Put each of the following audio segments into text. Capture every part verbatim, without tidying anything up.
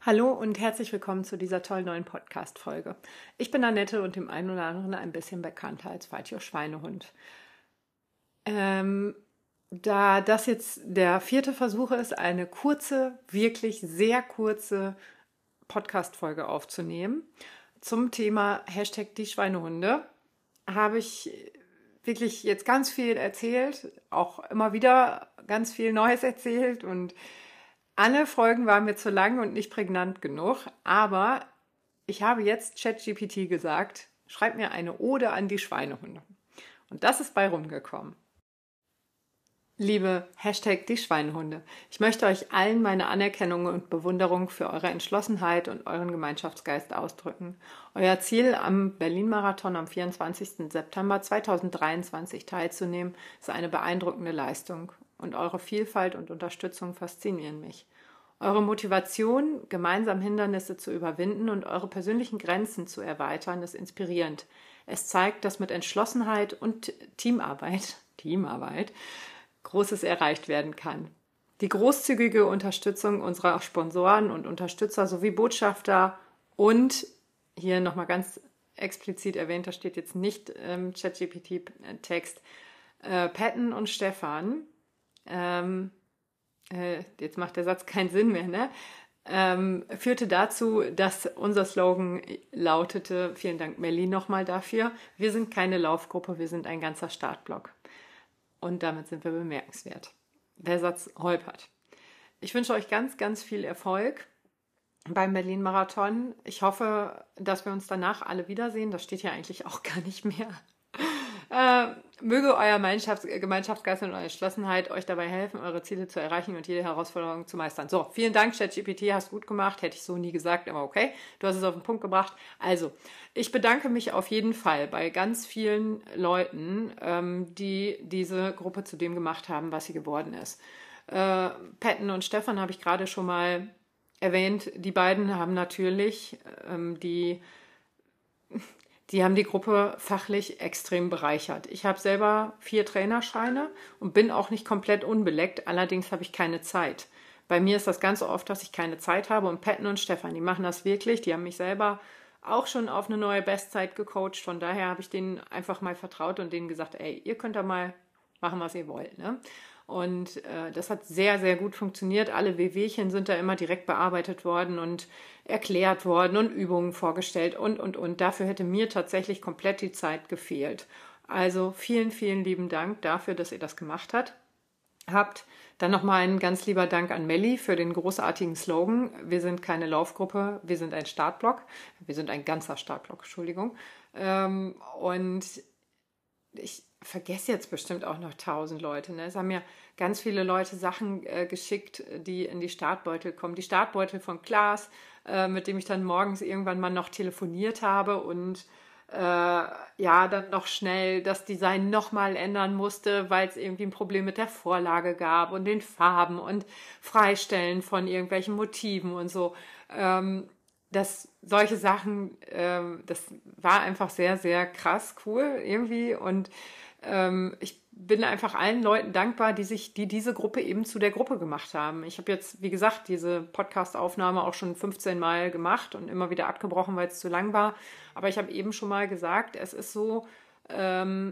Hallo und herzlich willkommen zu dieser tollen neuen Podcast-Folge. Ich bin Annette und dem einen oder anderen ein bisschen bekannter als Valtjo Schweinehund. Ähm, da das jetzt der vierte Versuch ist, eine kurze, wirklich sehr kurze Podcast-Folge aufzunehmen zum Thema Hashtag die Schweinehunde, habe ich wirklich jetzt ganz viel erzählt, auch immer wieder ganz viel Neues erzählt und alle Folgen waren mir zu lang und nicht prägnant genug, aber ich habe jetzt ChatGPT gesagt, schreib mir eine Ode an die Schweinehunde. Und das ist bei rumgekommen. Liebe Hashtag die Schweinehunde, ich möchte euch allen meine Anerkennung und Bewunderung für eure Entschlossenheit und euren Gemeinschaftsgeist ausdrücken. Euer Ziel, am Berlin-Marathon am vierundzwanzigsten September zweitausenddreiundzwanzig teilzunehmen, ist eine beeindruckende Leistung. Und eure Vielfalt und Unterstützung faszinieren mich. Eure Motivation, gemeinsam Hindernisse zu überwinden und eure persönlichen Grenzen zu erweitern, ist inspirierend. Es zeigt, dass mit Entschlossenheit und Teamarbeit, Teamarbeit Großes erreicht werden kann. Die großzügige Unterstützung unserer Sponsoren und Unterstützer sowie Botschafter und, hier nochmal ganz explizit erwähnt, da steht jetzt nicht im ChatGPT-Text, äh, Patton und Stefan, ähm, äh, jetzt macht der Satz keinen Sinn mehr, ne? Ähm, führte dazu, dass unser Slogan lautete, vielen Dank Melli nochmal dafür, wir sind keine Laufgruppe, wir sind ein ganzer Startblock. Und damit sind wir bemerkenswert. Der Satz holpert. Ich wünsche euch ganz, ganz viel Erfolg beim Berlin-Marathon. Ich hoffe, dass wir uns danach alle wiedersehen. Das steht ja eigentlich auch gar nicht mehr. Äh, möge euer Gemeinschafts- Gemeinschaftsgeist und eure Entschlossenheit euch dabei helfen, eure Ziele zu erreichen und jede Herausforderung zu meistern. So, vielen Dank, ChatGPT, hast gut gemacht. Hätte ich so nie gesagt, aber okay, du hast es auf den Punkt gebracht. Also, ich bedanke mich auf jeden Fall bei ganz vielen Leuten, ähm, die diese Gruppe zu dem gemacht haben, was sie geworden ist. Äh, Patton und Stefan habe ich gerade schon mal erwähnt. Die beiden haben natürlich ähm, die... Die haben die Gruppe fachlich extrem bereichert. Ich habe selber vier Trainerscheine und bin auch nicht komplett unbeleckt. Allerdings habe ich keine Zeit. Bei mir ist das ganz oft, dass ich keine Zeit habe. Und Patton und Stefan, die machen das wirklich. Die haben mich selber auch schon auf eine neue Bestzeit gecoacht. Von daher habe ich denen einfach mal vertraut und denen gesagt, ey, ihr könnt da mal machen, was ihr wollt, ne? Und äh, das hat sehr, sehr gut funktioniert. Alle Wehwehchen sind da immer direkt bearbeitet worden und erklärt worden und Übungen vorgestellt und, und, und. Dafür hätte mir tatsächlich komplett die Zeit gefehlt. Also vielen, vielen lieben Dank dafür, dass ihr das gemacht habt. habt. Dann nochmal ein ganz lieber Dank an Melli für den großartigen Slogan. Wir sind keine Laufgruppe, wir sind ein Startblock. Wir sind ein ganzer Startblock, Entschuldigung. Ähm, und ich vergesse jetzt bestimmt auch noch tausend Leute. Ne? Es haben mir ganz viele Leute Sachen äh, geschickt, die in die Startbeutel kommen. Die Startbeutel von Klaas, äh, mit dem ich dann morgens irgendwann mal noch telefoniert habe und äh, ja, dann noch schnell das Design nochmal ändern musste, weil es irgendwie ein Problem mit der Vorlage gab und den Farben und Freistellen von irgendwelchen Motiven und so. Ähm, dass solche Sachen, ähm, das war einfach sehr, sehr krass cool irgendwie und ähm, ich bin einfach allen Leuten dankbar, die sich, die diese Gruppe eben zu der Gruppe gemacht haben. Ich habe jetzt, wie gesagt, diese Podcast-Aufnahme auch schon fünfzehn Mal gemacht und immer wieder abgebrochen, weil es zu lang war. Aber ich habe eben schon mal gesagt, es ist so, ähm,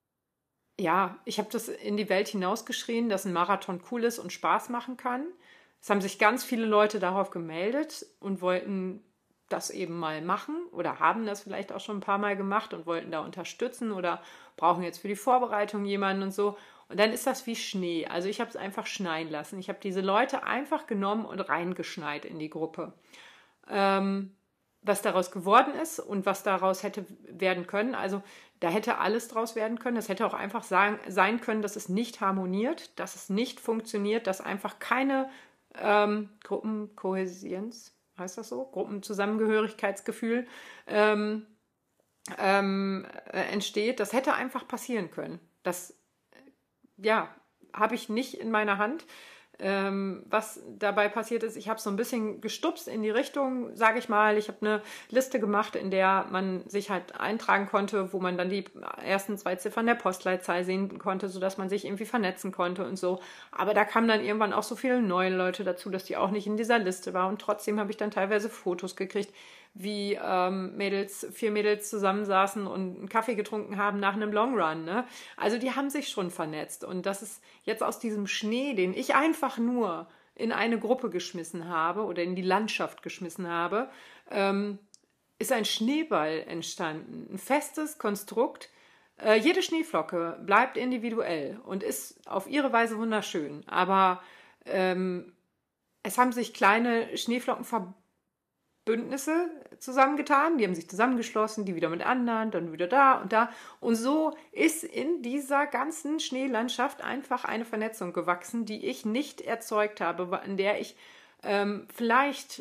ja, ich habe das in die Welt hinausgeschrien, dass ein Marathon cool ist und Spaß machen kann. Es haben sich ganz viele Leute darauf gemeldet und wollten das eben mal machen oder haben das vielleicht auch schon ein paar Mal gemacht und wollten da unterstützen oder brauchen jetzt für die Vorbereitung jemanden und so. Und dann ist das wie Schnee. Also ich habe es einfach schneien lassen. Ich habe diese Leute einfach genommen und reingeschneit in die Gruppe. Ähm, was daraus geworden ist und was daraus hätte werden können. Also da hätte alles draus werden können. Es hätte auch einfach sagen, sein können, dass es nicht harmoniert, dass es nicht funktioniert, dass einfach keine ähm, Gruppenkohäsions, heißt das so? Gruppenzusammengehörigkeitsgefühl ähm, ähm, äh, entsteht. Das hätte einfach passieren können. Das, ja, habe ich nicht in meiner Hand. Ähm, was dabei passiert ist, ich habe so ein bisschen gestupst in die Richtung, sage ich mal. Ich habe eine Liste gemacht, in der man sich halt eintragen konnte, wo man dann die ersten zwei Ziffern der Postleitzahl sehen konnte, sodass man sich irgendwie vernetzen konnte und so. Aber da kamen dann irgendwann auch so viele neue Leute dazu, dass die auch nicht in dieser Liste war. Und trotzdem habe ich dann teilweise Fotos gekriegt, wie ähm, Mädels, vier Mädels zusammensaßen und einen Kaffee getrunken haben nach einem Long Run. Ne? Also die haben sich schon vernetzt. Und das ist jetzt aus diesem Schnee, den ich einfach nur in eine Gruppe geschmissen habe oder in die Landschaft geschmissen habe, ähm, ist ein Schneeball entstanden. Ein festes Konstrukt. Äh, jede Schneeflocke bleibt individuell und ist auf ihre Weise wunderschön. Aber ähm, es haben sich kleine Schneeflocken verbunden. Bündnisse zusammengetan, die haben sich zusammengeschlossen, die wieder mit anderen, dann wieder da und da. Und so ist in dieser ganzen Schneelandschaft einfach eine Vernetzung gewachsen, die ich nicht erzeugt habe, in der ich ähm, vielleicht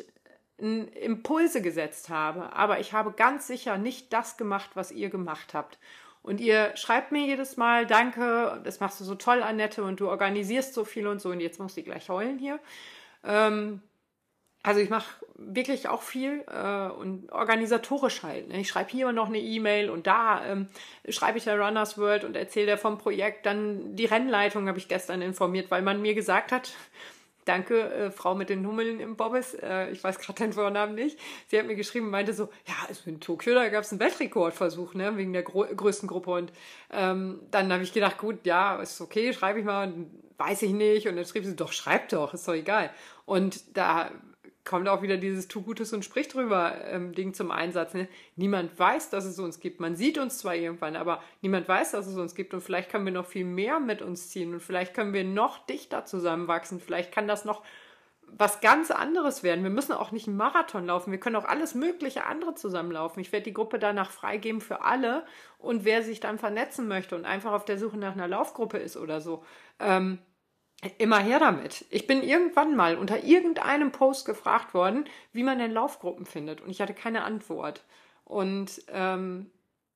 Impulse gesetzt habe. Aber ich habe ganz sicher nicht das gemacht, was ihr gemacht habt. Und ihr schreibt mir jedes Mal, danke, das machst du so toll, Annette, und du organisierst so viel und so. Und jetzt muss ich gleich heulen hier. Ähm, Also ich mache wirklich auch viel äh, und organisatorisch halt. Ne? Ich schreibe hier noch eine E-Mail und da ähm, schreibe ich der Runners World und erzähle vom Projekt. Dann die Rennleitung habe ich gestern informiert, weil man mir gesagt hat, danke, äh, Frau mit den Hummeln im Bobbes, äh, ich weiß gerade den Vornamen nicht. Sie hat mir geschrieben und meinte so, ja, also in Tokio, da gab es einen Weltrekordversuch, ne, wegen der gro- größten Gruppe. Und ähm, dann habe ich gedacht, gut, ja, ist okay, schreibe ich mal, und weiß ich nicht. Und dann schrieb sie, doch, schreib doch, ist doch egal. Und da kommt auch wieder dieses Tu Gutes und sprich drüber ähm, Ding zum Einsatz. Ne? Niemand weiß, dass es uns gibt. Man sieht uns zwar irgendwann, aber niemand weiß, dass es uns gibt. Und vielleicht können wir noch viel mehr mit uns ziehen. Und vielleicht können wir noch dichter zusammenwachsen. Vielleicht kann das noch was ganz anderes werden. Wir müssen auch nicht einen Marathon laufen. Wir können auch alles mögliche andere zusammenlaufen. Ich werde die Gruppe danach freigeben für alle. Und wer sich dann vernetzen möchte und einfach auf der Suche nach einer Laufgruppe ist oder so, ähm, immer her damit. Ich bin irgendwann mal unter irgendeinem Post gefragt worden, wie man denn Laufgruppen findet. Und ich hatte keine Antwort. Und ähm,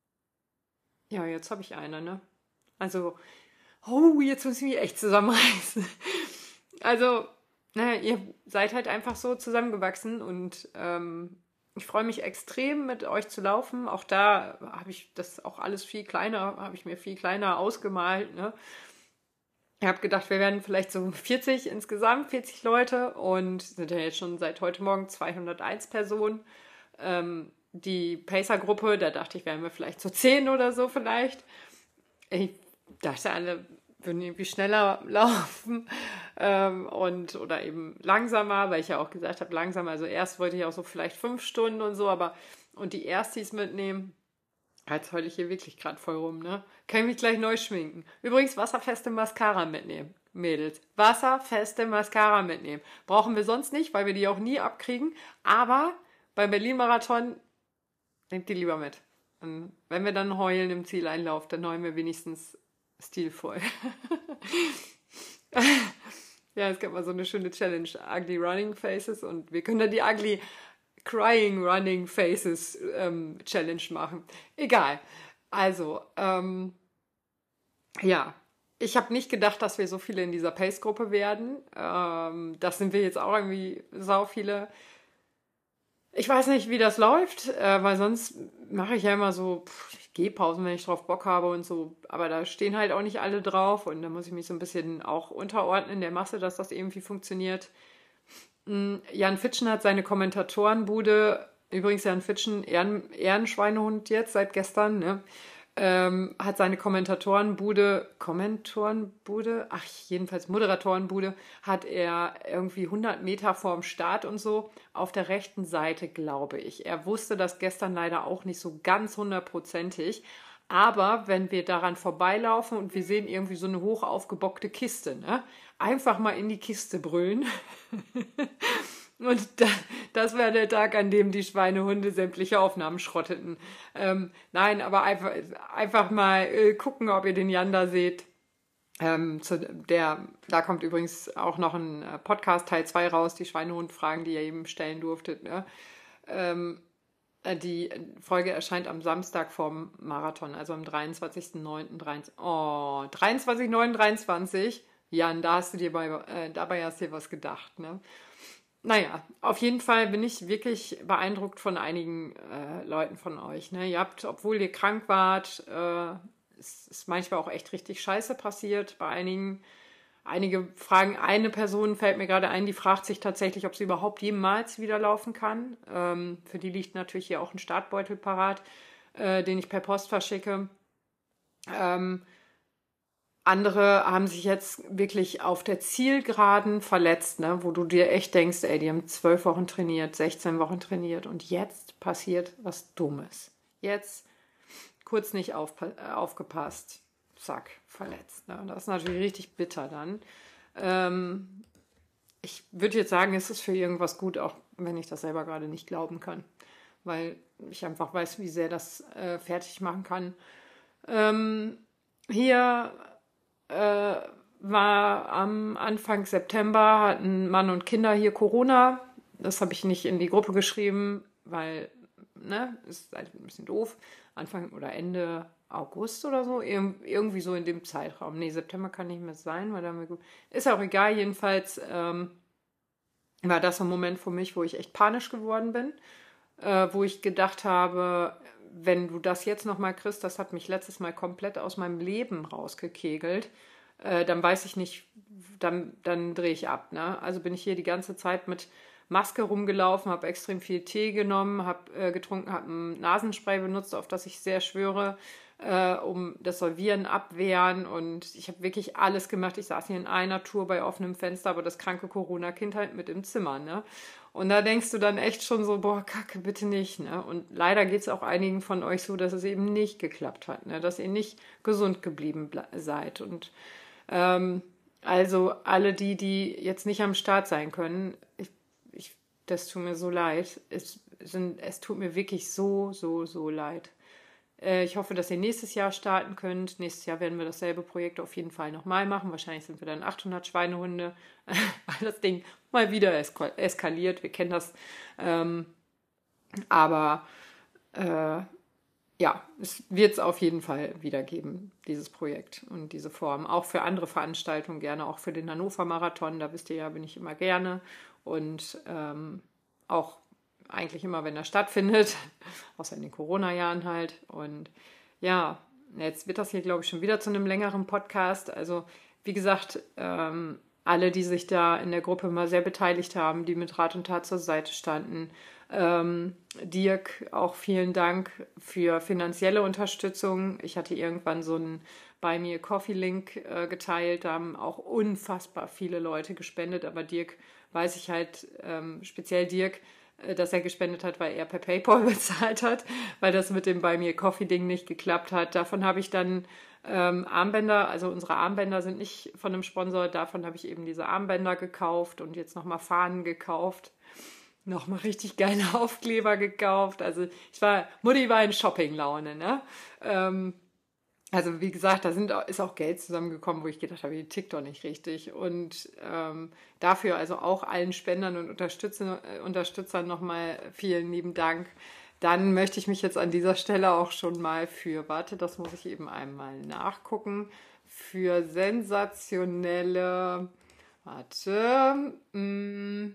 ja, jetzt habe ich eine, ne? Also, oh, jetzt muss ich mich echt zusammenreißen. Also, naja, ihr seid halt einfach so zusammengewachsen und ähm, ich freue mich extrem, mit euch zu laufen. Auch da habe ich das auch alles viel kleiner, habe ich mir viel kleiner ausgemalt, ne? Ich habe gedacht, wir werden vielleicht so vierzig insgesamt, vierzig Leute und sind ja jetzt schon seit heute Morgen zweihunderteins Personen. Ähm, die Pacer-Gruppe, da dachte ich, wären wir vielleicht so zehn oder so vielleicht. Ich dachte, alle würden irgendwie schneller laufen ähm, und oder eben langsamer, weil ich ja auch gesagt habe, langsam. Also erst wollte ich auch so vielleicht fünf Stunden und so, aber und die Erstis mitnehmen. Jetzt heule ich hier wirklich gerade voll rum, ne? Kann ich mich gleich neu schminken. Übrigens, wasserfeste Mascara mitnehmen, Mädels. Wasserfeste Mascara mitnehmen. Brauchen wir sonst nicht, weil wir die auch nie abkriegen. Aber beim Berlin-Marathon nehmt die lieber mit. Und wenn wir dann heulen im Zieleinlauf, dann heulen wir wenigstens stilvoll. Ja, es gab mal so eine schöne Challenge, Ugly Running Faces. Und wir können dann die Ugly Crying Running Faces ähm, Challenge machen. Egal. Also, ähm, ja, ich habe nicht gedacht, dass wir so viele in dieser Pace-Gruppe werden. Ähm, das sind wir jetzt auch irgendwie sau viele. Ich weiß nicht, wie das läuft, äh, weil sonst mache ich ja immer so Gehpausen, wenn ich drauf Bock habe und so. Aber da stehen halt auch nicht alle drauf und da muss ich mich so ein bisschen auch unterordnen der Masse, dass das irgendwie funktioniert. Jan Fitschen hat seine Kommentatorenbude, übrigens Jan Fitschen, Ehren, Ehrenschweinehund jetzt seit gestern, ne? Ähm, hat seine Kommentatorenbude, Kommentatorenbude, ach jedenfalls Moderatorenbude, hat er irgendwie hundert Meter vorm Start und so auf der rechten Seite, glaube ich. Er wusste das gestern leider auch nicht so ganz hundertprozentig, aber wenn wir daran vorbeilaufen und wir sehen irgendwie so eine hoch aufgebockte Kiste, ne? Einfach mal in die Kiste brüllen. Und da, das war der Tag, an dem die Schweinehunde sämtliche Aufnahmen schrotteten. Ähm, nein, aber einfach, einfach mal äh, gucken, ob ihr den Jan da seht. Ähm, zu der, da kommt übrigens auch noch ein Podcast Teil zwei raus, die Schweinehund-Fragen, die ihr eben stellen durftet. Ne? Ähm, die Folge erscheint am Samstag vorm Marathon, also am dreiundzwanzigsten neunten Oh, dreiundzwanzig neun dreiundzwanzig Jan, da hast du dir bei, äh, dabei hast du dir was gedacht, ne? Naja, auf jeden Fall bin ich wirklich beeindruckt von einigen äh, Leuten von euch. Ne? Ihr habt, obwohl ihr krank wart, äh, es ist manchmal auch echt richtig Scheiße passiert bei einigen. Einige fragen, eine Person fällt mir gerade ein, die fragt sich tatsächlich, ob sie überhaupt jemals wieder laufen kann. Ähm, für die liegt natürlich hier auch ein Startbeutel parat, äh, den ich per Post verschicke. Ähm, Andere haben sich jetzt wirklich auf der Zielgeraden verletzt, ne? Wo du dir echt denkst, ey, die haben zwölf Wochen trainiert, sechzehn Wochen trainiert und jetzt passiert was Dummes. Jetzt kurz nicht auf, äh, aufgepasst, zack, verletzt. Ne? Das ist natürlich richtig bitter dann. Ähm, ich würde jetzt sagen, es ist für irgendwas gut, auch wenn ich das selber gerade nicht glauben kann, weil ich einfach weiß, wie sehr das äh, fertig machen kann. Ähm, hier äh, war am Anfang September, hatten Mann und Kinder hier Corona. Das habe ich nicht in die Gruppe geschrieben, weil, ne, ist halt ein bisschen doof. Anfang oder Ende August oder so, Ir irgendwie so in dem Zeitraum. Nee, September kann nicht mehr sein, weil da haben wir gut. Ist auch egal, jedenfalls ähm, war das so ein Moment für mich, wo ich echt panisch geworden bin, äh, wo ich gedacht habe, wenn du das jetzt nochmal kriegst, das hat mich letztes Mal komplett aus meinem Leben rausgekegelt, äh, dann weiß ich nicht, dann, dann drehe ich ab. Ne? Also bin ich hier die ganze Zeit mit Maske rumgelaufen, habe extrem viel Tee genommen, habe äh, getrunken, habe ein Nasenspray benutzt, auf das ich sehr schwöre, äh, um das soll Viren abwehren und ich habe wirklich alles gemacht. Ich saß hier in einer Tour bei offenem Fenster, aber das kranke Corona-Kind halt mit im Zimmer, ne? Und da denkst du dann echt schon so, boah, Kacke, bitte nicht, ne? Und leider geht es auch einigen von euch so, dass es eben nicht geklappt hat, ne? Dass ihr nicht gesund geblieben seid. Und ähm, also alle die, die jetzt nicht am Start sein können, ich, ich, das tut mir so leid. Es, sind, es tut mir wirklich so, so, so leid. Äh, ich hoffe, dass ihr nächstes Jahr starten könnt. Nächstes Jahr werden wir dasselbe Projekt auf jeden Fall nochmal machen. Wahrscheinlich sind wir dann achthundert Schweinehunde, weil das Ding mal wieder eska eskaliert. Wir kennen das. Ähm, aber äh, ja, es wird es auf jeden Fall wieder geben, dieses Projekt und diese Form. Auch für andere Veranstaltungen gerne, auch für den Hannover Marathon. Da wisst ihr ja, bin ich immer gerne. Und ähm, auch eigentlich immer, wenn er stattfindet, außer in den Corona-Jahren halt. Und ja, jetzt wird das hier, glaube ich, schon wieder zu einem längeren Podcast. Also, wie gesagt, ähm, alle, die sich da in der Gruppe mal sehr beteiligt haben, die mit Rat und Tat zur Seite standen. Ähm, Dirk, auch vielen Dank für finanzielle Unterstützung. Ich hatte irgendwann so einen Buy Me a Coffee Link äh, geteilt. Da haben auch unfassbar viele Leute gespendet. Aber Dirk, weiß ich halt, ähm, speziell Dirk, dass er gespendet hat, weil er per PayPal bezahlt hat, weil das mit dem Buy Me a Coffee Ding nicht geklappt hat. Davon habe ich dann ähm, Armbänder, also unsere Armbänder sind nicht von einem Sponsor, davon habe ich eben diese Armbänder gekauft und jetzt nochmal Fahnen gekauft. Nochmal richtig geile Aufkleber gekauft. Also ich war, Mutti war in Shopping-Laune, ne? Ähm, Also wie gesagt, da sind, ist auch Geld zusammengekommen, wo ich gedacht habe, die tickt doch nicht richtig. Und ähm, dafür also auch allen Spendern und Unterstützern, äh, Unterstützern nochmal vielen lieben Dank. Dann möchte ich mich jetzt an dieser Stelle auch schon mal für, warte, das muss ich eben einmal nachgucken, für sensationelle, warte, mh,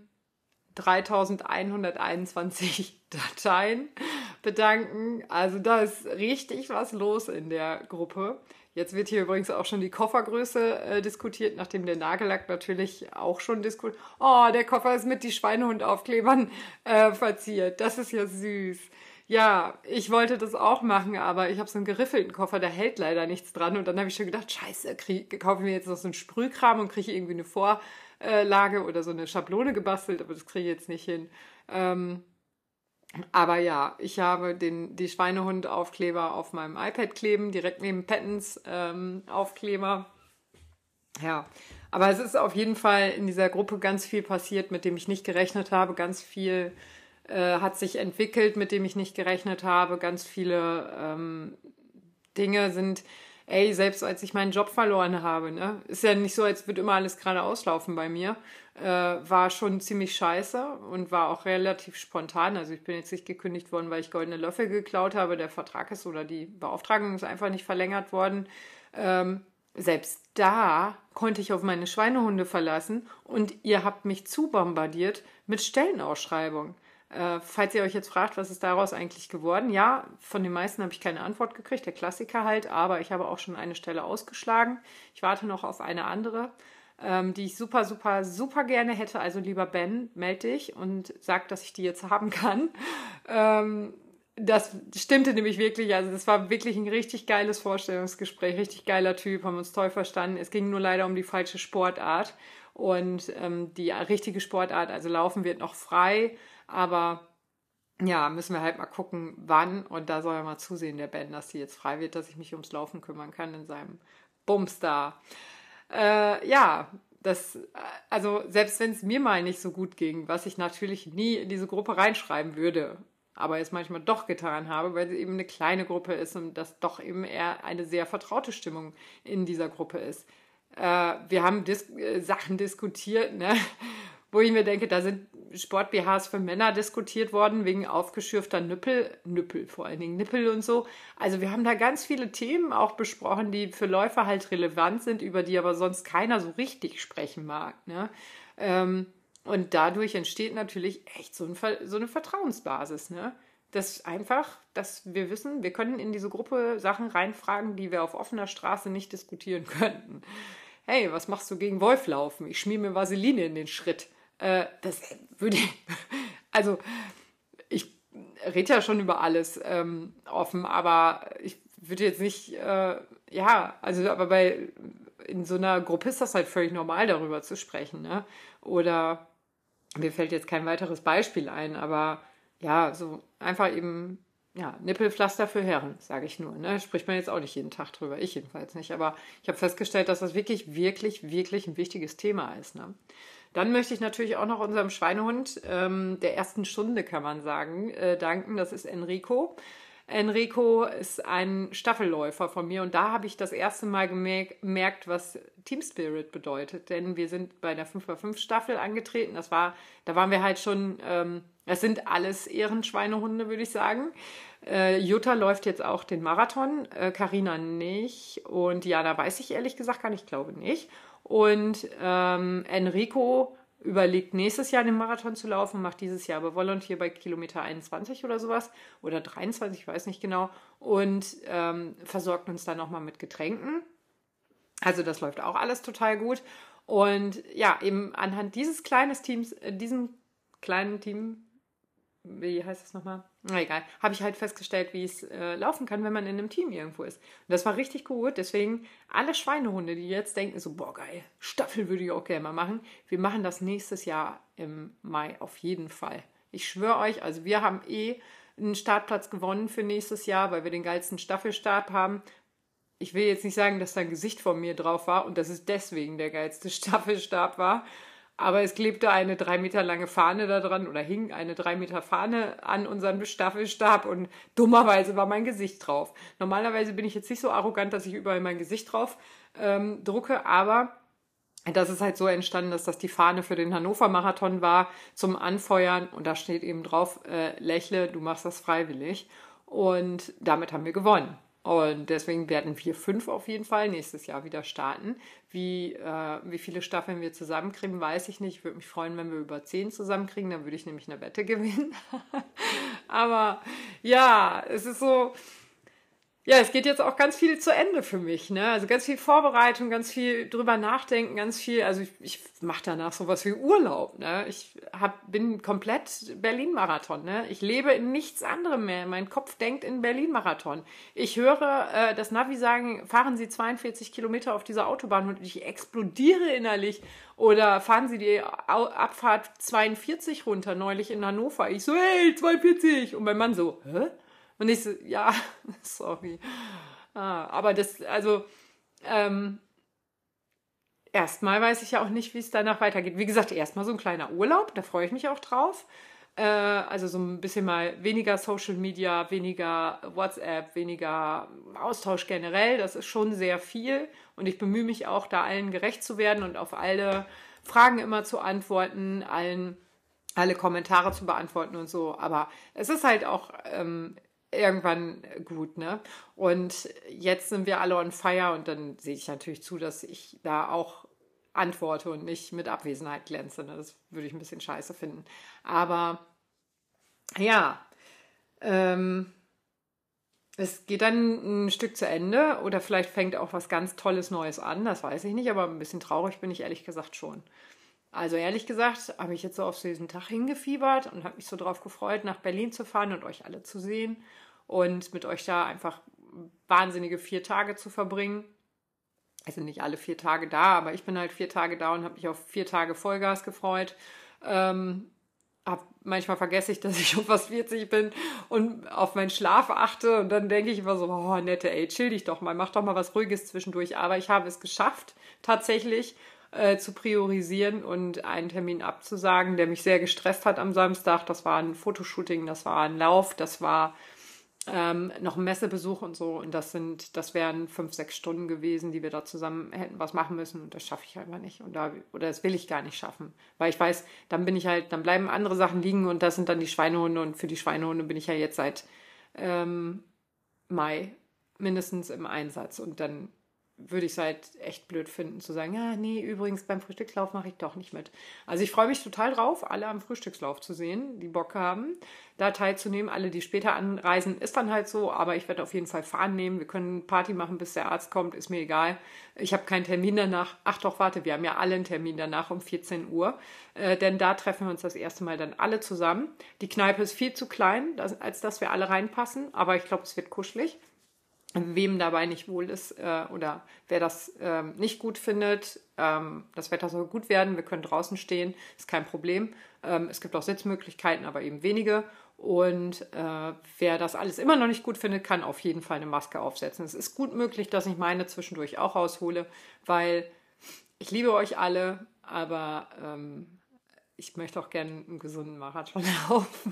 dreitausendeinhunderteinundzwanzig Dateien bedanken. Also da ist richtig was los in der Gruppe. Jetzt wird hier übrigens auch schon die Koffergröße äh, diskutiert, nachdem der Nagellack natürlich auch schon diskutiert. Oh, der Koffer ist mit die Schweinehundaufklebern äh, verziert. Das ist ja süß. Ja, ich wollte das auch machen, aber ich habe so einen geriffelten Koffer, da hält leider nichts dran. Und dann habe ich schon gedacht, scheiße, krieg, kaufe mir jetzt noch so einen Sprühkram und kriege irgendwie eine Vorlage oder so eine Schablone gebastelt, aber das kriege ich jetzt nicht hin. Ähm, aber ja, ich habe den, die Schweinehund-Aufkleber auf meinem iPad kleben, direkt neben Pattons ähm, Aufkleber. Ja, aber es ist auf jeden Fall in dieser Gruppe ganz viel passiert, mit dem ich nicht gerechnet habe. Ganz viel äh, hat sich entwickelt, mit dem ich nicht gerechnet habe. Ganz viele ähm, Dinge sind, ey, selbst als ich meinen Job verloren habe, ne, ist ja nicht so, als würde immer alles gerade auslaufen bei mir, äh, war schon ziemlich scheiße und war auch relativ spontan. Also ich bin jetzt nicht gekündigt worden, weil ich goldene Löffel geklaut habe. Der Vertrag ist oder die Beauftragung ist einfach nicht verlängert worden. Ähm, selbst da konnte ich auf meine Schweinehunde verlassen und ihr habt mich zu bombardiert mit Stellenausschreibungen. Äh, falls ihr euch jetzt fragt, was ist daraus eigentlich geworden? Ja, von den meisten habe ich keine Antwort gekriegt, der Klassiker halt, aber ich habe auch schon eine Stelle ausgeschlagen. Ich warte noch auf eine andere, ähm, die ich super, super, super gerne hätte. Also lieber Ben, melde dich und sag, dass ich die jetzt haben kann. Ähm, das stimmte nämlich wirklich, also das war wirklich ein richtig geiles Vorstellungsgespräch, richtig geiler Typ, haben uns toll verstanden. Es ging nur leider um die falsche Sportart und ähm, die richtige Sportart, also Laufen wird noch frei, aber ja, müssen wir halt mal gucken, wann. Und da soll er mal zusehen, der Ben, dass die jetzt frei wird, dass ich mich ums Laufen kümmern kann in seinem Bumstar. Äh, ja, das, also selbst wenn es mir mal nicht so gut ging, was ich natürlich nie in diese Gruppe reinschreiben würde, aber es manchmal doch getan habe, weil es eben eine kleine Gruppe ist und das doch eben eher eine sehr vertraute Stimmung in dieser Gruppe ist. Äh, wir haben Dis- äh, Sachen diskutiert, ne? Wo ich mir denke, da sind Sport-B Hs für Männer diskutiert worden, wegen aufgeschürfter Nippel, Nippel vor allen Dingen, Nippel und so. Also wir haben da ganz viele Themen auch besprochen, die für Läufer halt relevant sind, über die aber sonst keiner so richtig sprechen mag, ne? Ähm, und dadurch entsteht natürlich echt so, ein, so eine Vertrauensbasis, ne? Das einfach, dass wir wissen, wir können in diese Gruppe Sachen reinfragen, die wir auf offener Straße nicht diskutieren könnten. Hey, was machst du gegen Wolflaufen? Ich schmier mir Vaseline in den Schritt. Äh, das würde ich, also ich rede ja schon über alles ähm, offen, aber ich würde jetzt nicht, äh, ja, also aber bei, in so einer Gruppe ist das halt völlig normal, darüber zu sprechen, ne? Oder mir fällt jetzt kein weiteres Beispiel ein, aber ja, so einfach eben, ja, Nippelpflaster für Herren, sage ich nur. Ne? Spricht man jetzt auch nicht jeden Tag drüber, ich jedenfalls nicht. Aber ich habe festgestellt, dass das wirklich, wirklich, wirklich ein wichtiges Thema ist. Ne? Dann möchte ich natürlich auch noch unserem Schweinehund ähm, der ersten Stunde, kann man sagen, äh, danken. Das ist Enrico. Enrico ist ein Staffelläufer von mir und da habe ich das erste Mal gemerkt, was Team Spirit bedeutet. Denn wir sind bei der fünf bei fünf Staffel angetreten. Das war, da waren wir halt schon, ähm, das sind alles Ehrenschweinehunde, würde ich sagen. Äh, Jutta läuft jetzt auch den Marathon, Carina äh, nicht und Jana weiß ich ehrlich gesagt gar nicht, ich glaube nicht. Und ähm, Enrico überlegt nächstes Jahr den Marathon zu laufen, macht dieses Jahr aber Volunteer bei Kilometer einundzwanzig oder sowas oder dreiundzwanzig, ich weiß nicht genau und ähm, versorgt uns dann nochmal mit Getränken. Also das läuft auch alles total gut und ja, eben anhand dieses kleinen Teams, äh, diesem kleinen Team, wie heißt es nochmal? Na egal, habe ich halt festgestellt, wie es äh, laufen kann, wenn man in einem Team irgendwo ist. Und das war richtig gut, deswegen alle Schweinehunde, die jetzt denken so, boah geil, Staffel würde ich auch gerne mal machen. Wir machen das nächstes Jahr im Mai auf jeden Fall. Ich schwöre euch, also wir haben eh einen Startplatz gewonnen für nächstes Jahr, weil wir den geilsten Staffelstab haben. Ich will jetzt nicht sagen, dass da ein Gesicht von mir drauf war und dass es deswegen der geilste Staffelstab war. Aber es klebte eine drei Meter lange Fahne da dran oder hing eine drei Meter Fahne an unseren Staffelstab und dummerweise war mein Gesicht drauf. Normalerweise bin ich jetzt nicht so arrogant, dass ich überall mein Gesicht drauf ähm, drucke, aber das ist halt so entstanden, dass das die Fahne für den Hannover-Marathon war zum Anfeuern und da steht eben drauf, äh, lächle, du machst das freiwillig und damit haben wir gewonnen. Und deswegen werden wir fünf auf jeden Fall nächstes Jahr wieder starten. Wie, äh, wie viele Staffeln wir zusammenkriegen, weiß ich nicht. Ich würde mich freuen, wenn wir über zehn zusammenkriegen. Dann würde ich nämlich eine Wette gewinnen. Aber ja, es ist so... Ja, es geht jetzt auch ganz viel zu Ende für mich, ne? Also ganz viel Vorbereitung, ganz viel drüber nachdenken, ganz viel, also ich, ich mache danach sowas wie Urlaub, ne? Ich hab, bin komplett Berlin-Marathon, ne? Ich lebe in nichts anderem mehr. Mein Kopf denkt in Berlin-Marathon. Ich höre äh, das Navi sagen, fahren Sie zweiundvierzig Kilometer auf dieser Autobahn und ich explodiere innerlich. Oder fahren Sie die Abfahrt zweiundvierzig runter, neulich in Hannover. Ich so, hey, zweiundvierzig! Und mein Mann so, hä? Und ich so, ja, sorry. Ah, aber das, also, ähm, erstmal weiß ich ja auch nicht, wie es danach weitergeht. Wie gesagt, erstmal so ein kleiner Urlaub, da freue ich mich auch drauf. Äh, also so ein bisschen mal weniger Social Media, weniger WhatsApp, weniger Austausch generell. Das ist schon sehr viel. Und ich bemühe mich auch, da allen gerecht zu werden und auf alle Fragen immer zu antworten, allen, alle Kommentare zu beantworten und so. Aber es ist halt auch... Ähm, irgendwann gut, ne? Und jetzt sind wir alle on fire und dann sehe ich natürlich zu, dass ich da auch antworte und nicht mit Abwesenheit glänze. Ne? Das würde ich ein bisschen scheiße finden. Aber ja, ähm, es geht dann ein Stück zu Ende oder vielleicht fängt auch was ganz Tolles Neues an, das weiß ich nicht, aber ein bisschen traurig bin ich ehrlich gesagt schon. Also ehrlich gesagt habe ich jetzt so auf diesen Tag hingefiebert und habe mich so drauf gefreut, nach Berlin zu fahren und euch alle zu sehen und mit euch da einfach wahnsinnige vier Tage zu verbringen. Es sind nicht alle vier Tage da, aber ich bin halt vier Tage da und habe mich auf vier Tage Vollgas gefreut. Ähm, hab, manchmal vergesse ich, dass ich schon fast vierzig bin und auf meinen Schlaf achte und dann denke ich immer so, oh nette, ey, chill dich doch mal, mach doch mal was Ruhiges zwischendurch. Aber ich habe es geschafft, tatsächlich äh, zu priorisieren und einen Termin abzusagen, der mich sehr gestresst hat am Samstag. Das war ein Fotoshooting, das war ein Lauf, das war ähm, noch ein Messebesuch und so. Und das sind, das wären fünf, sechs Stunden gewesen, die wir da zusammen hätten was machen müssen. Und das schaffe ich einfach nicht. Und da, oder das will ich gar nicht schaffen. Weil ich weiß, dann bin ich halt, dann bleiben andere Sachen liegen und das sind dann die Schweinehunde. Und für die Schweinehunde bin ich ja jetzt seit ähm, Mai mindestens im Einsatz. Und dann würde ich es halt echt blöd finden, zu sagen, ja, nee, übrigens beim Frühstückslauf mache ich doch nicht mit. Also ich freue mich total drauf, alle am Frühstückslauf zu sehen, die Bock haben, da teilzunehmen. Alle, die später anreisen, ist dann halt so, aber ich werde auf jeden Fall fahren nehmen. Wir können Party machen, bis der Arzt kommt, ist mir egal. Ich habe keinen Termin danach. Ach doch, warte, wir haben ja alle einen Termin danach um vierzehn Uhr, äh, denn da treffen wir uns das erste Mal dann alle zusammen. Die Kneipe ist viel zu klein, als dass wir alle reinpassen, aber ich glaube, es wird kuschelig. Wem dabei nicht wohl ist äh, oder wer das ähm, nicht gut findet, ähm, das Wetter soll gut werden, wir können draußen stehen, ist kein Problem. Ähm, es gibt auch Sitzmöglichkeiten, aber eben wenige. Und äh, wer das alles immer noch nicht gut findet, kann auf jeden Fall eine Maske aufsetzen. Es ist gut möglich, dass ich meine zwischendurch auch raushole, weil ich liebe euch alle, aber ähm, ich möchte auch gerne einen gesunden Marathon laufen.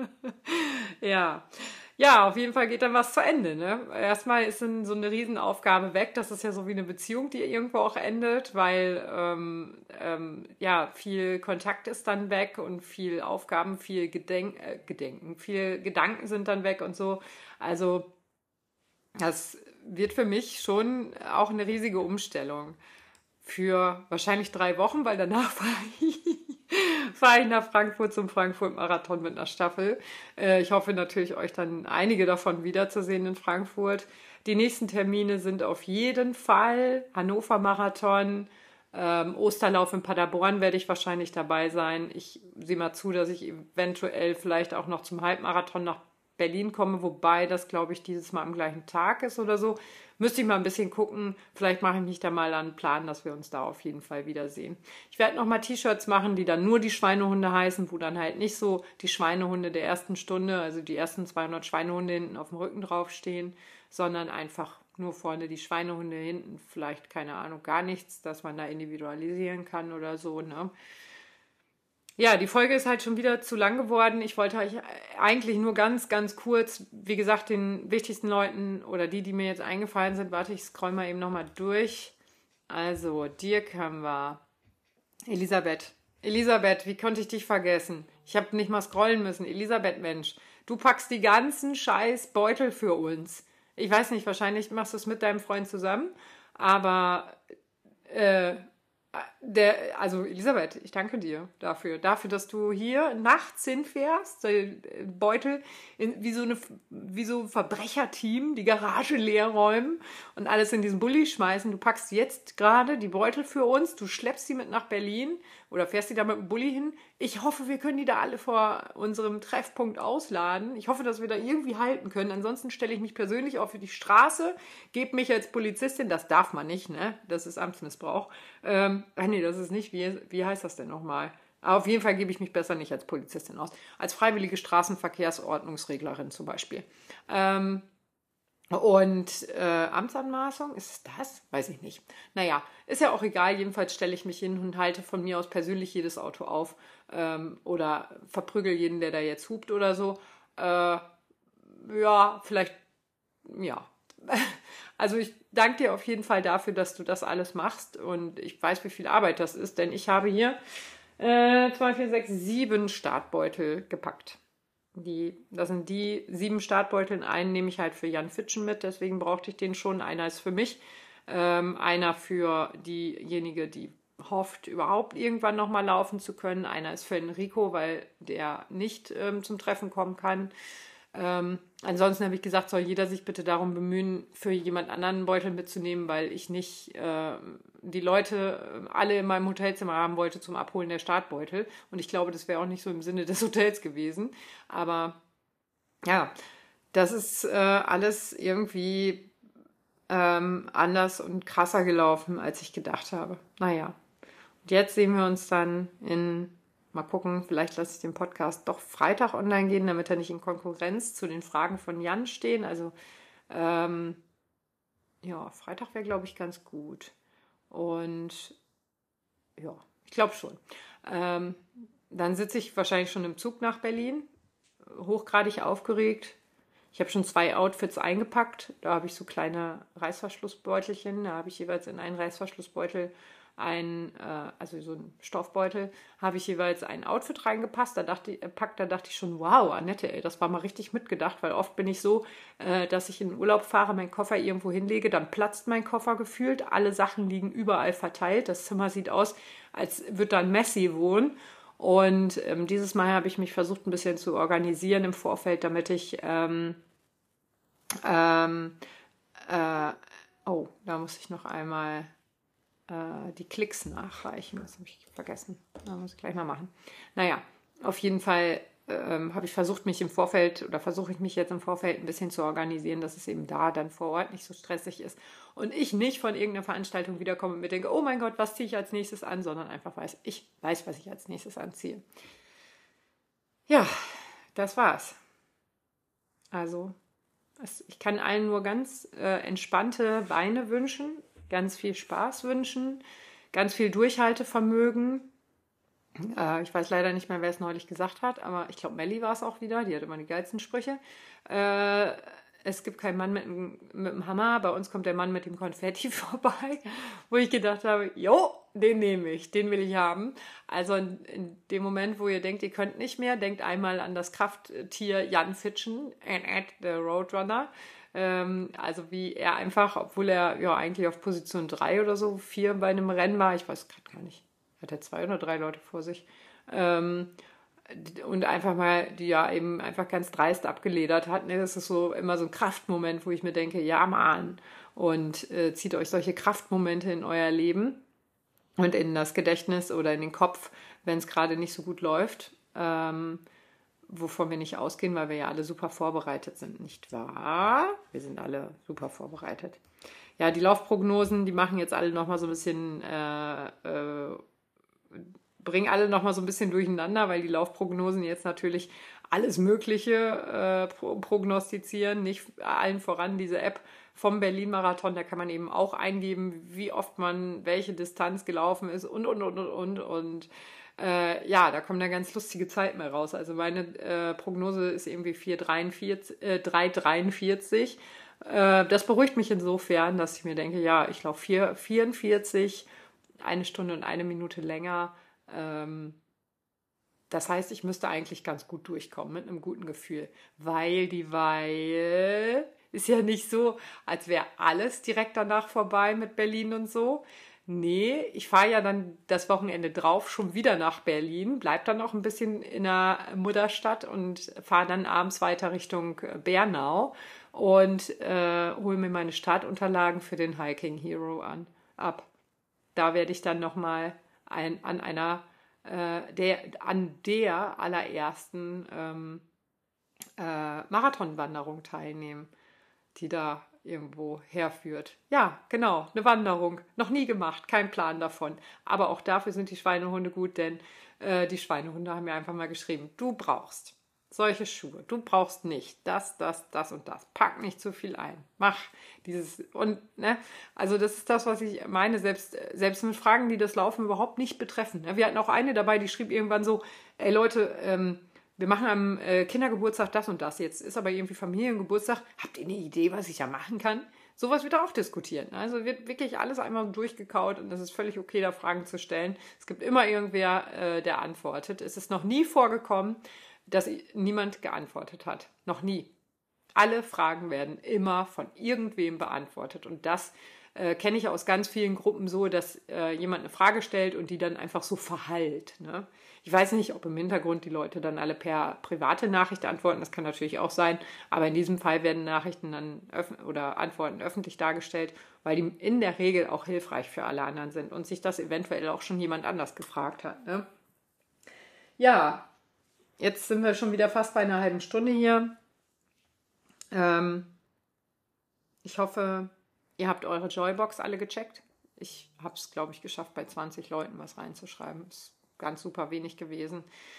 Ja. Ja, auf jeden Fall geht dann was zu Ende. Ne? Erstmal ist dann so eine Riesenaufgabe weg. Das ist ja so wie eine Beziehung, die irgendwo auch endet, weil ähm, ähm, ja viel Kontakt ist dann weg und viel Aufgaben, viel Gedenk äh, Gedenken, viel Gedanken sind dann weg und so. Also das wird für mich schon auch eine riesige Umstellung für wahrscheinlich drei Wochen, weil danach fahre ich, fahre ich nach Frankfurt zum Frankfurt-Marathon mit einer Staffel. Äh, ich hoffe natürlich, euch dann einige davon wiederzusehen in Frankfurt. Die nächsten Termine sind auf jeden Fall Hannover-Marathon, ähm, Osterlauf in Paderborn werde ich wahrscheinlich dabei sein. Ich sehe mal zu, dass ich eventuell vielleicht auch noch zum Halbmarathon nach Berlin komme, wobei das, glaube ich, dieses Mal am gleichen Tag ist oder so. Müsste ich mal ein bisschen gucken. Vielleicht mache ich mich da mal einen Plan, dass wir uns da auf jeden Fall wiedersehen. Ich werde noch mal T-Shirts machen, die dann nur die Schweinehunde heißen, wo dann halt nicht so die Schweinehunde der ersten Stunde, also die ersten zweihundert Schweinehunde hinten auf dem Rücken draufstehen, sondern einfach nur vorne die Schweinehunde, hinten vielleicht, keine Ahnung, gar nichts, dass man da individualisieren kann oder so, ne? Ja, die Folge ist halt schon wieder zu lang geworden. Ich wollte euch eigentlich nur ganz, ganz kurz, wie gesagt, den wichtigsten Leuten oder die, die mir jetzt eingefallen sind, warte, ich scroll mal eben nochmal durch. Also, Dirk haben wir. Elisabeth. Elisabeth, wie konnte ich dich vergessen? Ich habe nicht mal scrollen müssen. Elisabeth, Mensch, du packst die ganzen scheiß Beutel für uns. Ich weiß nicht, wahrscheinlich machst du es mit deinem Freund zusammen, aber äh, Der, also Elisabeth, ich danke dir dafür. Dafür, dass du hier nachts hinfährst, Beutel in, wie so eine wie so ein Verbrecherteam, die Garage leer räumen und alles in diesen Bulli schmeißen. Du packst jetzt gerade die Beutel für uns, du schleppst die mit nach Berlin oder fährst die da mit dem Bulli hin. Ich hoffe, wir können die da alle vor unserem Treffpunkt ausladen. Ich hoffe, dass wir da irgendwie halten können. Ansonsten stelle ich mich persönlich auf die Straße, gebe mich als Polizistin, das darf man nicht, ne? Das ist Amtsmissbrauch. Ähm, ach nee, das ist nicht, wie, wie heißt das denn nochmal? Aber auf jeden Fall gebe ich mich besser nicht als Polizistin aus. Als freiwillige Straßenverkehrsordnungsreglerin zum Beispiel. Ähm, und äh, Amtsanmaßung, ist es das? Weiß ich nicht. Naja, ist ja auch egal. Jedenfalls stelle ich mich hin und halte von mir aus persönlich jedes Auto auf ähm, oder verprügel jeden, der da jetzt hupt oder so. Äh, ja, vielleicht, ja. Also ich danke dir auf jeden Fall dafür, dass du das alles machst und ich weiß, wie viel Arbeit das ist, denn ich habe hier äh, zwei, vier, sechs, sieben Startbeutel gepackt. die, das sind die sieben Startbeutel. Einen nehme ich halt für Jan Fitschen mit, deswegen brauchte ich den schon. Einer ist für mich, ähm, einer für diejenige, die hofft, überhaupt irgendwann nochmal laufen zu können. Einer ist für Enrico, weil der nicht ähm, zum Treffen kommen kann. Ähm, ansonsten habe ich gesagt, soll jeder sich bitte darum bemühen, für jemand anderen einen Beutel mitzunehmen, weil ich nicht äh, die Leute äh, alle in meinem Hotelzimmer haben wollte zum Abholen der Startbeutel. Und ich glaube, das wäre auch nicht so im Sinne des Hotels gewesen. Aber ja, das ist äh, alles irgendwie ähm, anders und krasser gelaufen, als ich gedacht habe. Naja, und jetzt sehen wir uns dann in... Mal gucken, vielleicht lasse ich den Podcast doch Freitag online gehen, damit er nicht in Konkurrenz zu den Fragen von Jan stehen. Also, ähm, ja, Freitag wäre, glaube ich, ganz gut. Und ja, ich glaube schon. Ähm, dann sitze ich wahrscheinlich schon im Zug nach Berlin, hochgradig aufgeregt. Ich habe schon zwei Outfits eingepackt. Da habe ich so kleine Reißverschlussbeutelchen. Da habe ich jeweils in einen Reißverschlussbeutel ein, äh, also so ein Stoffbeutel, habe ich jeweils ein Outfit reingepasst. Da dachte ich, äh, packt, da dachte ich schon, wow, Annette, ey, das war mal richtig mitgedacht, weil oft bin ich so, äh, dass ich in den Urlaub fahre, meinen Koffer irgendwo hinlege, dann platzt mein Koffer gefühlt, alle Sachen liegen überall verteilt, das Zimmer sieht aus, als würde da ein Messi wohnen. Und ähm, dieses Mal habe ich mich versucht, ein bisschen zu organisieren im Vorfeld, damit ich ähm, ähm, äh, oh, da muss ich noch einmal die Klicks nachreichen. Das habe ich vergessen. Das muss ich gleich mal machen. Naja, auf jeden Fall ähm, habe ich versucht, mich im Vorfeld oder versuche ich mich jetzt im Vorfeld ein bisschen zu organisieren, dass es eben da dann vor Ort nicht so stressig ist und ich nicht von irgendeiner Veranstaltung wiederkomme und mir denke, oh mein Gott, was ziehe ich als nächstes an, sondern einfach weiß, ich weiß, was ich als nächstes anziehe. Ja, das war's. Also, es, ich kann allen nur ganz äh, entspannte Beine wünschen, ganz viel Spaß wünschen, ganz viel Durchhaltevermögen. Äh, ich weiß leider nicht mehr, wer es neulich gesagt hat, aber ich glaube, Melli war es auch wieder, die hat immer die geilsten Sprüche. Äh, es gibt keinen Mann mit, mit dem Hammer, bei uns kommt der Mann mit dem Konfetti vorbei, wo ich gedacht habe, jo, den nehme ich, den will ich haben. Also in, in dem Moment, wo ihr denkt, ihr könnt nicht mehr, denkt einmal an das Krafttier Jan Fitschen, Ant, the Roadrunner. Also wie er einfach, obwohl er ja eigentlich auf Position drei oder so, vier bei einem Rennen war, ich weiß gerade gar nicht, hat er zwei oder drei Leute vor sich, ähm, und einfach mal, die ja eben einfach ganz dreist abgeledert hat. Ne? Das ist so immer so ein Kraftmoment, wo ich mir denke, ja Mann, und äh, zieht euch solche Kraftmomente in euer Leben und in das Gedächtnis oder in den Kopf, wenn es gerade nicht so gut läuft. Ähm, wovon wir nicht ausgehen, weil wir ja alle super vorbereitet sind, nicht wahr? Wir sind alle super vorbereitet. Ja, die Laufprognosen, die machen jetzt alle nochmal so ein bisschen, äh, äh, bringen alle nochmal so ein bisschen durcheinander, weil die Laufprognosen jetzt natürlich alles Mögliche äh, pro- prognostizieren, nicht allen voran diese App vom Berlin-Marathon, da kann man eben auch eingeben, wie oft man welche Distanz gelaufen ist und, und, und, und, und, und Äh, ja, da kommen dann ganz lustige Zeiten mehr raus. Also meine äh, Prognose ist irgendwie vier dreiundvierzig, äh, drei dreiundvierzig. Äh, das beruhigt mich insofern, dass ich mir denke, ja, ich laufe vier vierundvierzig, eine Stunde und eine Minute länger. Ähm, das heißt, ich müsste eigentlich ganz gut durchkommen mit einem guten Gefühl. Weil die Weil ist ja nicht so, als wäre alles direkt danach vorbei mit Berlin und so. Nee, ich fahre ja dann das Wochenende drauf schon wieder nach Berlin, bleib dann noch ein bisschen in der Mutterstadt und fahre dann abends weiter Richtung Bernau und äh, hole mir meine Startunterlagen für den Hiking Hero an, ab. Da werde ich dann nochmal ein, an einer, äh, der, an der allerersten ähm, äh, Marathonwanderung teilnehmen, die da irgendwo herführt. Ja, genau, eine Wanderung. Noch nie gemacht, kein Plan davon. Aber auch dafür sind die Schweinehunde gut, denn äh, die Schweinehunde haben mir einfach mal geschrieben, du brauchst solche Schuhe, du brauchst nicht das, das, das und das. Pack nicht zu viel ein. Mach dieses und, ne, also das ist das, was ich meine, selbst, selbst mit Fragen, die das Laufen überhaupt nicht betreffen. Ne? Wir hatten auch eine dabei, die schrieb irgendwann so, ey Leute, ähm, wir machen am äh, Kindergeburtstag das und das. Jetzt ist aber irgendwie Familiengeburtstag. Habt ihr eine Idee, was ich da machen kann? Sowas wird auch diskutiert. Ne? Also wird wirklich alles einmal durchgekaut und es ist völlig okay, da Fragen zu stellen. Es gibt immer irgendwer, äh, der antwortet. Es ist noch nie vorgekommen, dass niemand geantwortet hat. Noch nie. Alle Fragen werden immer von irgendwem beantwortet. Und das äh, kenne ich aus ganz vielen Gruppen so, dass äh, jemand eine Frage stellt und die dann einfach so verhallt. Ne? Ich weiß nicht, ob im Hintergrund die Leute dann alle per private Nachricht antworten. Das kann natürlich auch sein. Aber in diesem Fall werden Nachrichten dann oder Antworten öffentlich dargestellt, weil die in der Regel auch hilfreich für alle anderen sind und sich das eventuell auch schon jemand anders gefragt hat. Ne? Ja, jetzt sind wir schon wieder fast bei einer halben Stunde hier. Ähm, ich hoffe, ihr habt eure Joybox alle gecheckt. Ich habe es, glaube ich, geschafft, bei zwanzig Leuten was reinzuschreiben. Ist ganz super wenig gewesen.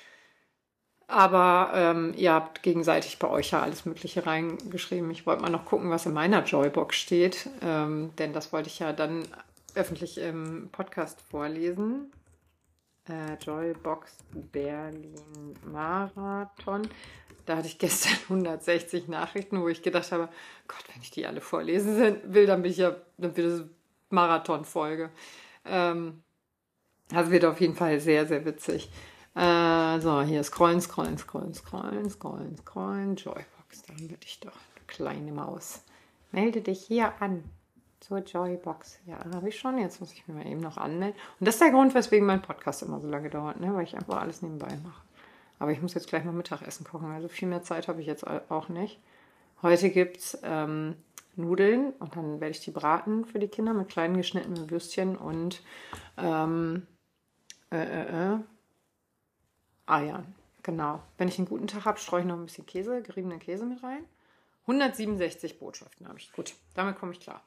Aber ähm, ihr habt gegenseitig bei euch ja alles Mögliche reingeschrieben. Ich wollte mal noch gucken, was in meiner Joybox steht. Ähm, denn das wollte ich ja dann öffentlich im Podcast vorlesen. Äh, Joybox Berlin Marathon. Da hatte ich gestern hundertsechzig Nachrichten, wo ich gedacht habe, Gott, wenn ich die alle vorlesen will, dann bin ich ja, dann wird es Marathon-Folge. Ähm, das wird auf jeden Fall sehr, sehr witzig. Äh, so, hier scrollen, scrollen, scrollen, scrollen, scrollen, scrollen. Joybox, da bin ich doch, du kleine Maus. Melde dich hier an zur Joybox. Ja, habe ich schon. Jetzt muss ich mir mal eben noch anmelden. Und das ist der Grund, weswegen mein Podcast immer so lange dauert, ne? Weil ich einfach alles nebenbei mache. Aber ich muss jetzt gleich mal Mittagessen kochen. Also viel mehr Zeit habe ich jetzt auch nicht. Heute gibt es ähm, Nudeln und dann werde ich die braten für die Kinder mit kleinen geschnittenen Würstchen und ähm, äh, äh, äh, Eiern. Genau. Wenn ich einen guten Tag habe, streue ich noch ein bisschen Käse, geriebenen Käse mit rein. hundertsiebenundsechzig Botschaften habe ich. Gut, damit komme ich klar.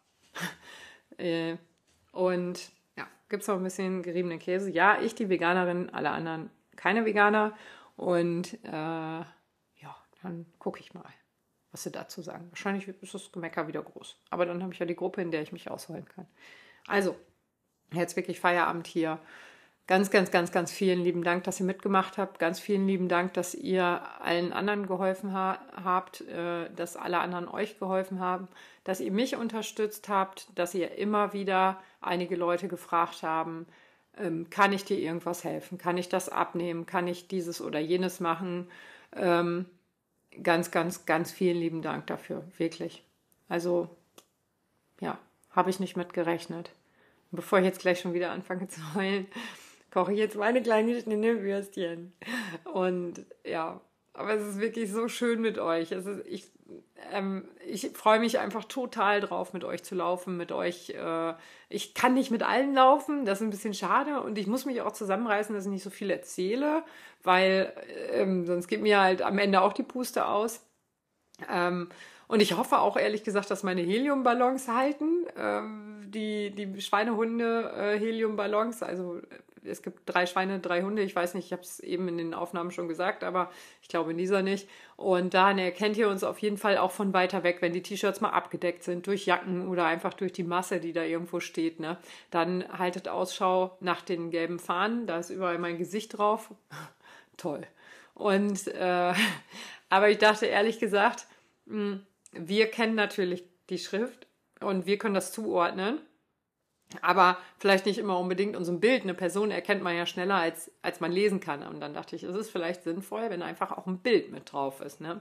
äh, und ja, gibt es noch ein bisschen geriebenen Käse. Ja, ich die Veganerin, alle anderen keine Veganer. Und äh, ja, dann gucke ich mal, was sie dazu sagen. Wahrscheinlich ist das Gemecker wieder groß. Aber dann habe ich ja die Gruppe, in der ich mich ausholen kann. Also, jetzt wirklich Feierabend hier. Ganz, ganz, ganz, ganz vielen lieben Dank, dass ihr mitgemacht habt. Ganz vielen lieben Dank, dass ihr allen anderen geholfen ha- habt, äh, dass alle anderen euch geholfen haben, dass ihr mich unterstützt habt, dass ihr immer wieder einige Leute gefragt haben, ähm, kann ich dir irgendwas helfen? Kann ich das abnehmen? Kann ich dieses oder jenes machen? Ähm, ganz, ganz, ganz vielen lieben Dank dafür, wirklich. Also, ja, habe ich nicht mit gerechnet. Und bevor ich jetzt gleich schon wieder anfange zu heulen, koche ich jetzt meine kleinen geschnittenen Würstchen. Und ja, aber es ist wirklich so schön mit euch. Es ist, ich ähm, ich freue mich einfach total drauf, mit euch zu laufen, mit euch. Äh, ich kann nicht mit allen laufen, das ist ein bisschen schade. Und ich muss mich auch zusammenreißen, dass ich nicht so viel erzähle, weil ähm, sonst geht mir halt am Ende auch die Puste aus. Ähm, und ich hoffe auch ehrlich gesagt, dass meine Heliumballons halten. Ähm, die, die Schweinehunde äh, Heliumballons, also es gibt drei Schweine, drei Hunde. Ich weiß nicht, ich habe es eben in den Aufnahmen schon gesagt, aber ich glaube in dieser nicht. Und daran erkennt ihr uns auf jeden Fall auch von weiter weg, wenn die T-Shirts mal abgedeckt sind durch Jacken oder einfach durch die Masse, die da irgendwo steht. Ne? Dann haltet Ausschau nach den gelben Fahnen. Da ist überall mein Gesicht drauf. Toll. Und äh, aber ich dachte ehrlich gesagt, mh, wir kennen natürlich die Schrift und wir können das zuordnen. Aber vielleicht nicht immer unbedingt. Und so ein Bild, eine Person erkennt man ja schneller, als, als man lesen kann. Und dann dachte ich, es ist vielleicht sinnvoll, wenn einfach auch ein Bild mit drauf ist. Ne?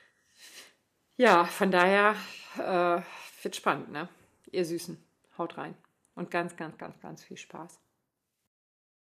Ja, von daher äh, wird spannend. Ne? Ihr Süßen, haut rein. Und ganz, ganz, ganz, ganz viel Spaß.